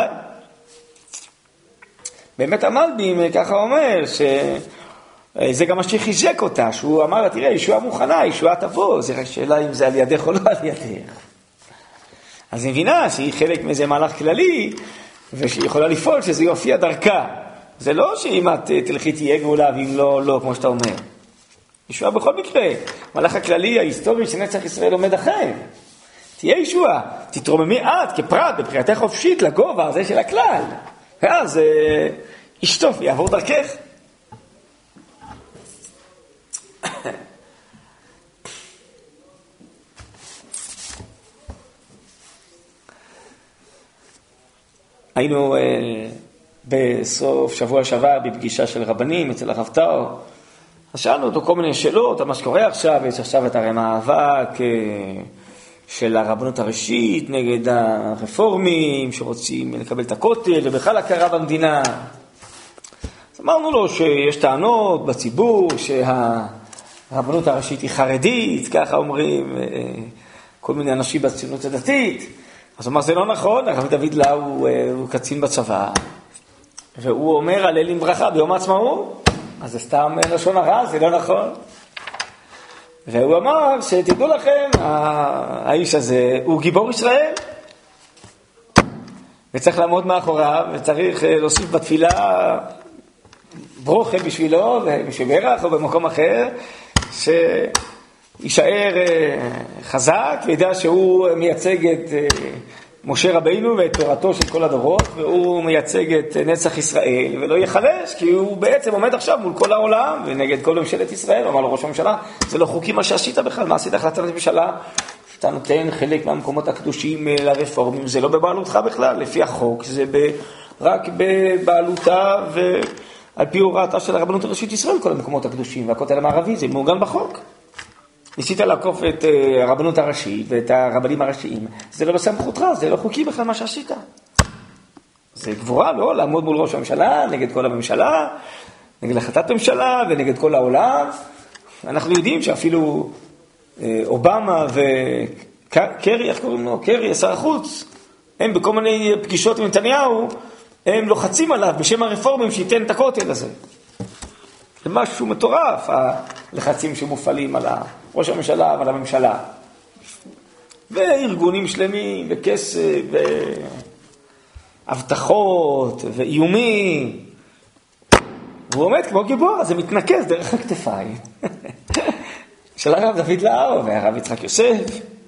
באמת המלבים ככה אומר שזה גם מה שחיזק אותה, שהוא אמר לה, תראה, ישועה מוכנה, ישועה תבוא, זה רק שאלה אם זה על ידך או לא על ידך. אז היא מבינה שהיא חלק מאיזה מהלך כללי, ושהיא יכולה לפעול שזה יופיע דרכה. זה לא שאם את תלכי תהיה גאולה, ואם לא, לא, כמו שאתה אומר. ישועה בכל מקרה. המהלך הכללי ההיסטורי של נצח ישראל עומד אחר. תהיה ישועה, תתרוממי את כפרט בבחירתך חופשית לגובה הזה של הכלל. ואז ישטוף ויעבור דרכך. היינו בסוף שבוע שעבר בפגישה של רבנים אצל הרב טאו. אז שאלנו אותו כל מיני שאלות על מה שקורה עכשיו. יש עכשיו את הרי מאבק של הרבנות הראשית נגד הרפורמים שרוצים לקבל את הכותל ובכלל הכרה במדינה. אז אמרנו לו שיש טענות בציבור שהרבנות הראשית היא חרדית, ככה אומרים כל מיני אנשים בציונות הדתית. אז הוא אמר, זה לא נכון, הרב דוד לאו הוא קצין בצבא, והוא אומר הלל עם ברכה ביום העצמאות, אז זה סתם לשון הרע, זה לא נכון. והוא אמר שתדעו לכם, האיש הזה הוא גיבור ישראל, וצריך לעמוד מאחוריו, וצריך להוסיף בתפילה ברוכה בשבילו, ובשברך או במקום אחר, יישאר חזק, וידע שהוא מייצג את משה רבינו ואת תורתו של כל הדורות, והוא מייצג את נצח ישראל, ולא יחלש, כי הוא בעצם עומד עכשיו מול כל העולם, ונגד כל ממשלת ישראל. אמר לו ראש הממשלה, זה לא חוקי מה שעשית בכלל, מה עשית החלטת ממשלה? אתה נותן חלק מהמקומות הקדושים לרפורמים, זה לא בבעלותך בכלל, לפי החוק, זה רק בבעלותה ועל פי הוראתה של הרבנות הראשית ישראל, כל המקומות הקדושים, והכותל המערבי, זה מעוגן בחוק. ניסית לעקוף את הרבנות הראשית ואת הרבנים הראשיים, זה לא בסמכותך, זה לא חוקי בכלל מה שעשית. זה גבורה, לא? לעמוד מול ראש הממשלה, נגד כל הממשלה, נגד החלטת ממשלה ונגד כל העולם. אנחנו יודעים שאפילו אובמה וקרי, איך קוראים לו? קרי, שר החוץ, הם בכל מיני פגישות עם נתניהו, הם לוחצים עליו בשם הרפורמים שייתן את הכותל הזה. זה משהו מטורף, הלחצים שמופעלים על ראש הממשלה ועל הממשלה. וארגונים שלמים, וכסף, והבטחות, ואיומים. והוא עומד כמו גיבור, אז זה מתנקז דרך הכתפיים. של הרב דוד לאו והרב יצחק יוסף.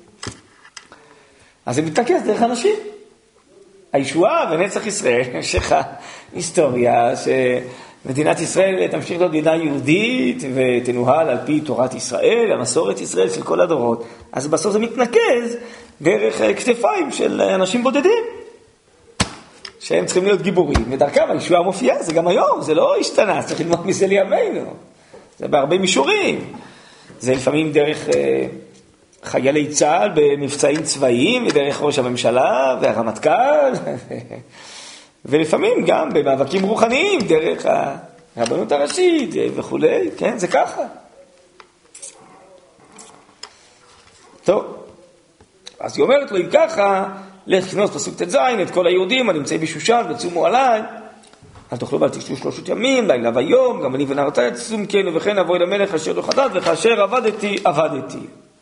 אז זה מתנקז דרך אנשים. הישועה ונצח ישראל, המשך ההיסטוריה מדינת ישראל תמשיך להיות מדינה יהודית ותנוהל על פי תורת ישראל, המסורת ישראל של כל הדורות. אז בסוף זה מתנקז דרך כתפיים של אנשים בודדים, שהם צריכים להיות גיבורים, ודרכם הישועה מופיעה, זה גם היום, זה לא השתנה, צריך ללמוד מזה לימינו. זה בהרבה מישורים. זה לפעמים דרך חיילי צה"ל במבצעים צבאיים, ודרך ראש הממשלה והרמטכ"ל, ולפעמים גם במאבקים רוחניים, דרך הרבנות הראשית וכו'. כן, זה ככה. טוב, אז היא אומרת לו, אם ככה, לך כנוס פסוק ט"ז, את כל היהודים הנמצאים בשושן, וצומו עליי, אל תאכלו ואל תשתו 3 ימים, לילה ויום, גם אני ונערתי צום כן, וכן אבוא אל המלך אשר לא חדד, וכאשר עבדתי, עבדתי.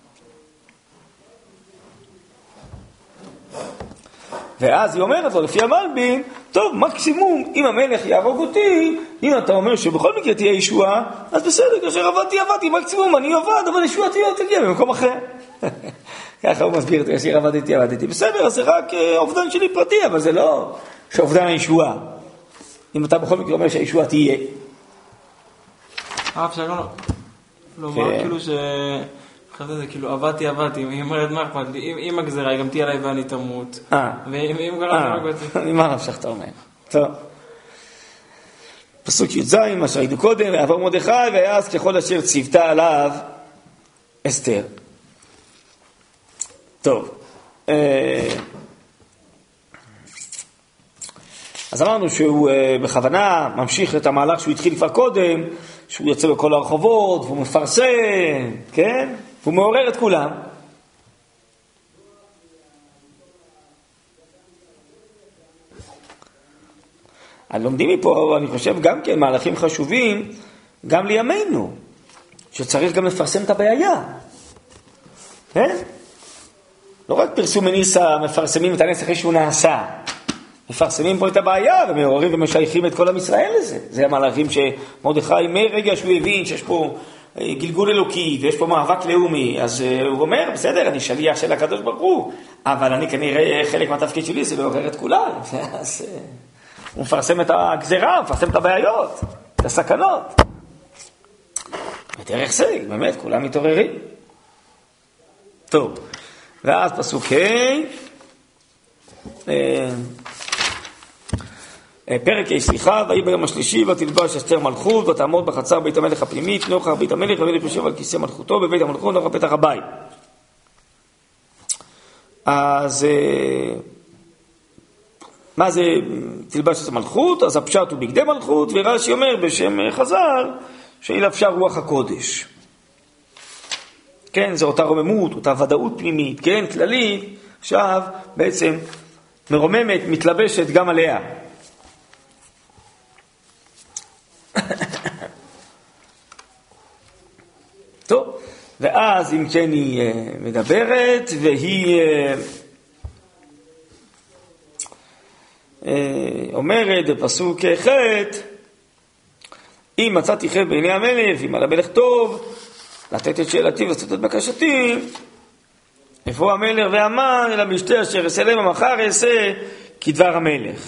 ואז היא אומרת לו, לפי המלבין, טוב, מקסימום, אם המלך יהרוג אותי, אם אתה אומר שבכל מקרה תהיה ישועה, אז בסדר, כאשר עבדתי, מקסימום, אני עבד, אבל ישועה תגיע במקום אחר. ככה הוא מסביר את כאשר עבדתי. בסדר, אז זה רק אובדן שלי פרטי, אבל זה לא שאובדן הישועה. אם אתה בכל מקרה אומר שהישועה תהיה.
אפשר גם לומר כאילו אחרי זה כאילו עבדתי, היא אומרת מה אכפת לי, אם הגזרה היא גם תהיה עליי ואני תמות, ואם גרה זה רק אותי.
אני מה נפשך אתה אומר. טוב. פסוק י"ז, מה שראינו קודם, ועבר מרדכי ויעש ככל אשר ציוותה עליו אסתר. טוב. אז אמרנו שהוא בכוונה ממשיך את המהלך שהוא התחיל כבר קודם, שהוא יוצא בכל הרחובות, והוא מפרסם, כן? והוא מעורר את כולם. לומדים מפה, אני חושב, גם כן מהלכים חשובים, גם לימינו, שצריך גם לפרסם את הבעיה. כן? לא רק פרסום מניסה, מפרסמים את הנס אחרי שהוא נעשה. מפרסמים פה את הבעיה ומעוררים ומשייכים את כל עם ישראל לזה. זה המהלכים שמרדכי, מרגע שהוא הבין שיש פה גלגול אלוקי, ויש פה מאבק לאומי, אז הוא אומר, בסדר, אני שליח של הקדוש ברוך הוא, אבל אני כנראה חלק מהתפקיד שלי זה לעורר את כולם. אז הוא מפרסם את הגזרה, מפרסם את הבעיות, את הסכנות. ודרך זה, באמת, כולם מתעוררים. טוב, ואז פסוק פרק סליחה, ויהי ביום השלישי ותלבש אסתר מלכות ותעמוד בחצר בית המלך הפנימית נוכח בית המלך, והמלך יושב על כיסא מלכותו בבית המלכות נוכח פתח הבית. אז מה זה תלבש אסתר מלכות? אז הפשט הוא בגדי מלכות, ורש"י אומר בשם חז"ל שהיא לבשה רוח הקודש. כן, זו אותה רוממות, אותה ודאות פנימית, כן, כללית, עכשיו בעצם מרוממת, מתלבשת גם עליה. טוב, ואז אם כן היא מדברת, והיא אומרת בפסוק ח' אם מצאתי חן בעיני המלך, אם על המלך טוב, לתת את שאלתי ולעשות את בקשתי, איפה המלך והמן אל המשתה אשר אעשה להם המחר אעשה כדבר המלך.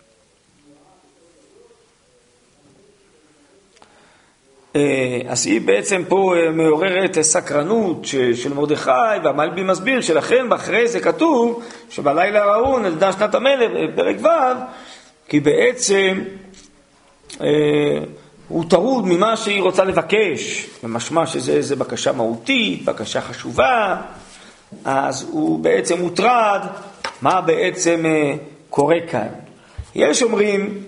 אז היא בעצם פה מעוררת סקרנות של מרדכי, והמלבי מסביר שלכן באחרי זה כתוב שבלילה ראו נולדה שנת המלך פרק ו', כי בעצם הוא טרוד ממה שהיא רוצה לבקש, ומשמע שזה בקשה מהותית, בקשה חשובה, אז הוא בעצם מוטרד מה בעצם קורה כאן. יש אומרים,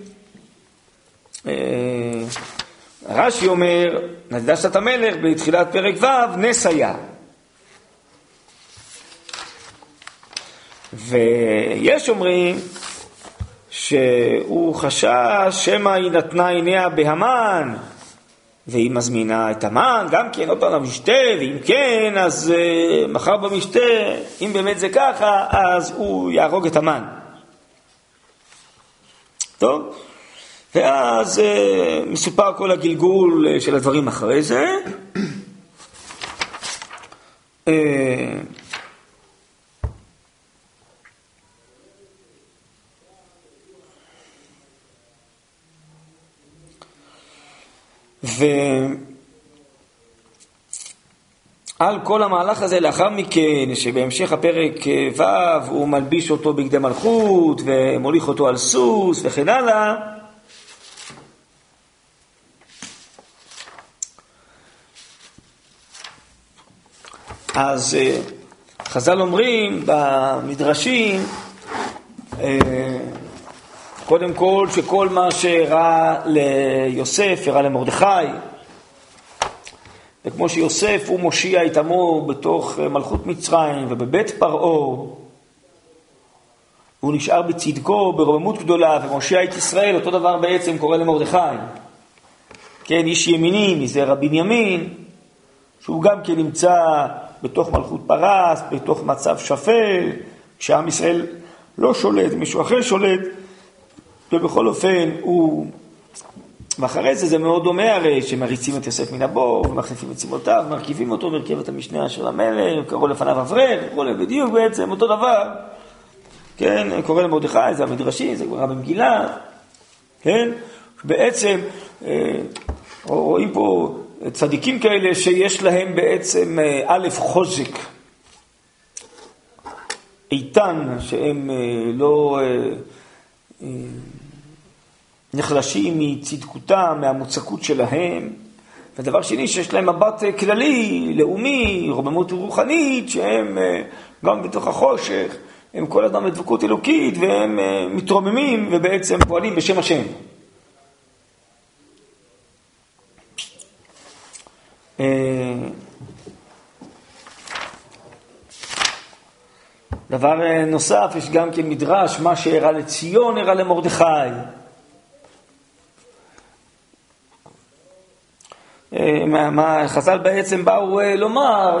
רש"י אומר, נולדה שנת המלך בתחילת פרק ו' נס היה. ויש אומרים שהוא חשש שמא היא נתנה עיניה בהמן, והיא מזמינה את המן, גם כן עוד פעם למשתה, ואם כן, אז מחר במשתה, אם באמת זה ככה, אז הוא יהרוג את המן. טוב? ואז מסופר כל הגלגול של הדברים אחרי זה. ועל כל המהלך הזה לאחר מכן, שבהמשך הפרק ו' הוא מלביש אותו בגדי מלכות ומוליך אותו על סוס וכן הלאה, אז חז"ל אומרים במדרשים, קודם כל שכל מה שהראה ליוסף הראה למרדכי, וכמו שיוסף הוא מושיע את עמו בתוך מלכות מצרים ובבית פרעה, הוא נשאר בצדקו ברוממות גדולה ומושיע את ישראל, אותו דבר בעצם קורה למרדכי. כן, איש ימיני מזרע בנימין, שהוא גם כן נמצא בתוך מלכות פרס, בתוך מצב שפל, כשעם ישראל לא שולט, מישהו אחר שולט, ובכל אופן הוא, ואחרי זה מאוד דומה הרי, שמריצים את יוסף מן הבור, ומחליפים את סימותיו, מרכיבים אותו, מרכבת המשנה של המלך, קראו לפניו אברך, קראו בדיוק בעצם אותו דבר, כן, קורא למרדכי, זה המדרשי, זה כבר במגילה, כן, בעצם רואים פה צדיקים כאלה שיש להם בעצם א' חוזק איתן, שהם לא נחלשים מצדקותם, מהמוצקות שלהם, ודבר שני שיש להם מבט כללי, לאומי, רוממות רוחנית, שהם גם בתוך החושך, הם כל אדם בדבקות אלוקית, והם מתרוממים ובעצם פועלים בשם השם. דבר נוסף, יש גם כן מדרש, מה שהראה לציון הראה למרדכי. מה חז"ל בעצם באו לומר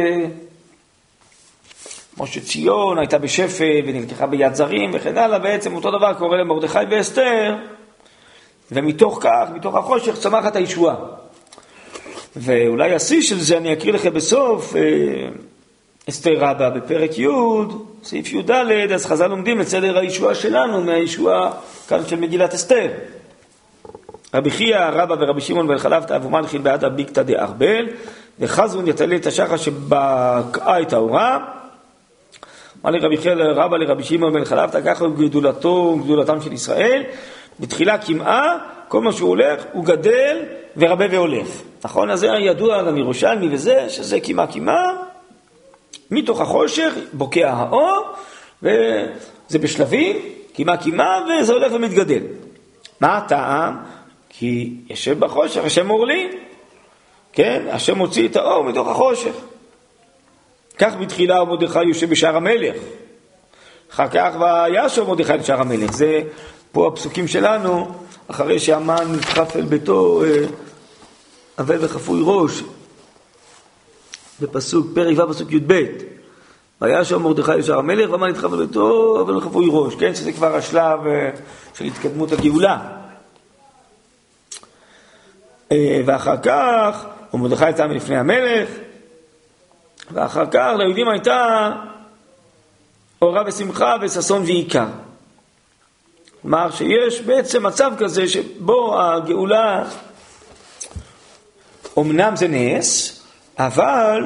כמו שציון הייתה בשפל ונלקחה ביד זרים וכן הלאה, בעצם אותו דבר קורה למרדכי ואסתר, ומתוך כך, מתוך החושך צמחת הישועה. ואולי השיא של זה אני אקריא לכם בסוף, אסתר רבה בפרק י', סעיף י' ד', אז חז"ל לומדים את סדר הישועה שלנו מהישועה כאן של מגילת אסתר. רבי חייא רבא ורבי שמעון בן חלפתא אבו מלכין בעדה ביקתא דארבל, וחזון יתלה את השחר שבקעה את האורה. אמר לרבי חייא רבא לרבי שמעון בן חלפתא, ככה גדולתם של ישראל, בתחילה כמעה, כל מה שהוא הולך הוא גדל ורבה והולך. נכון? אז זה ידוע גם ירושלמי וזה, שזה כמעה, מתוך החושך בוקע האור, וזה בשלבים, כמעה, וזה הולך ומתגדל. מה הטעם? כי ישב בחושך, השם אור לי, כן? השם מוציא את האור מתוך החושך. כך בתחילה מרדכי יושב בשער המלך. אחר כך וישוב מרדכי בשער המלך. זה פה הפסוקים שלנו, אחרי שהמן נדחף אל ביתו, אבל וחפוי ראש. בפסוק, פרק ו' פסוק י"ב. וישוב מרדכי בשער המלך, והמן נדחף אל ביתו, אבל וחפוי ראש. כן? שזה כבר השלב של התקדמות הגאולה. ואחר כך, ומרדכי יצא מלפני המלך, ואחר כך ליהודים הייתה אורה ושמחה וששון ועיקר. כלומר שיש בעצם מצב כזה שבו הגאולה, אמנם זה נס, אבל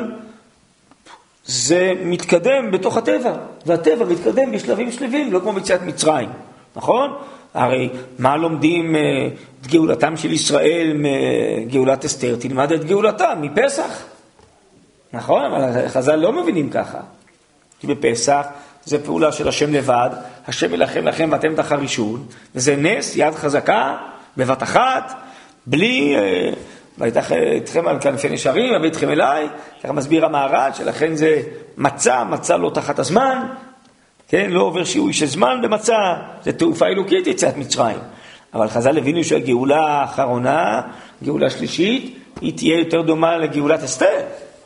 זה מתקדם בתוך הטבע, והטבע מתקדם בשלבים שלבים, לא כמו ביציאת מצרים, נכון? הרי מה לומדים את גאולתם של ישראל מגאולת אסתר? תלמד את גאולתם מפסח. נכון? אבל חז"ל לא מבינים ככה. כי בפסח זה פעולה של השם לבד, השם ילחם לכם ואתם תחרישון, וזה נס, יד חזקה, בבת אחת, בלי, ויתך אתכם על כנפי נשרים, הביא אתכם אליי, ככה מסביר המהר"ל, שלכן זה מצא לא תחת הזמן, כן? לא עובר שיעוי של זמן במצא, זה תעופה אלוקית יציאת מצרים. אבל חז"ל הבינו שהגאולה האחרונה, גאולה שלישית, היא תהיה יותר דומה לגאולת אסתר.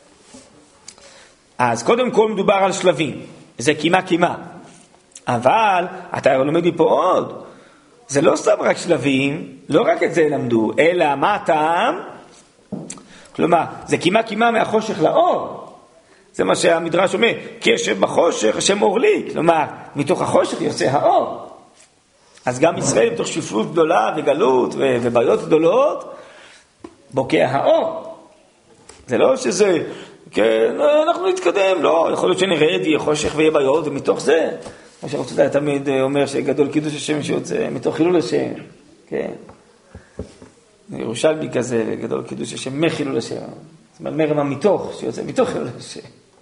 אז קודם כל מדובר על שלבים, זה כמעה. אבל אתה לומד מפה עוד, זה לא סתם רק שלבים, לא רק את זה למדו, אלא מה הטעם? כלומר, זה כמעה מהחושך לאור. זה מה שהמדרש אומר, כי ישב בחושך, השם אור לי. כלומר, מתוך החושך יוצא האור. אז גם ישראל, מתוך שפלות גדולה וגלות ובעיות גדולות, בוקע האור. זה לא שזה, כן, אנחנו נתקדם, לא, יכול להיות שנרד, יהיה חושך ויהיה בעיות, ומתוך זה, מה שרוצה תמיד אומר שגדול קידוש השם שיוצא, מתוך חילול השם, כן. ירושלמי כזה, גדול קידוש השם מחילול השם. זאת אומרת, מרמה מתוך, שיוצא מתוך חילול השם.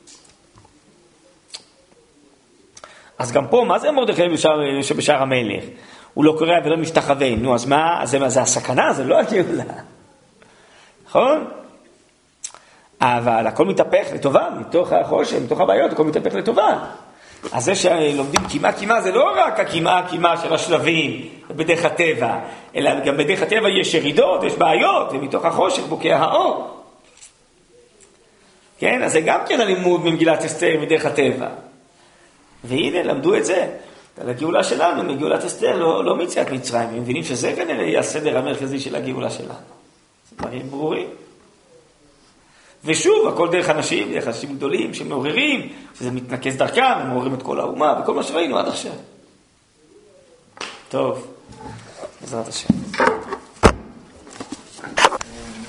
אז גם פה, מה זה מרדכי שבשער המלך? הוא לא קורא ולא משתחווה. נו, אז מה? זה הסכנה, זה לא הגאולה. נכון? אבל הכל מתהפך לטובה, מתוך החושך, מתוך הבעיות, הכל מתהפך לטובה. אז זה שלומדים כמעה, זה לא רק הכמעה של השלבים בדרך הטבע, אלא גם בדרך הטבע יש ירידות, יש בעיות, ומתוך החושך בוקע האור. כן? אז זה גם כן הלימוד ממגילת אסתר מדרך הטבע. והנה, למדו את זה. על הגאולה שלנו, מגאולת אסתר, לא מיציאת מצרים. הם מבינים שזה כנראה יהיה הסדר המרכזי של הגאולה שלנו. זה דברים ברורים. ושוב, הכל דרך אנשים גדולים שמעוררים, שזה מתנקז דרכם, הם מעוררים את כל האומה, וכל מה שראינו עד עכשיו. טוב, בעזרת השם.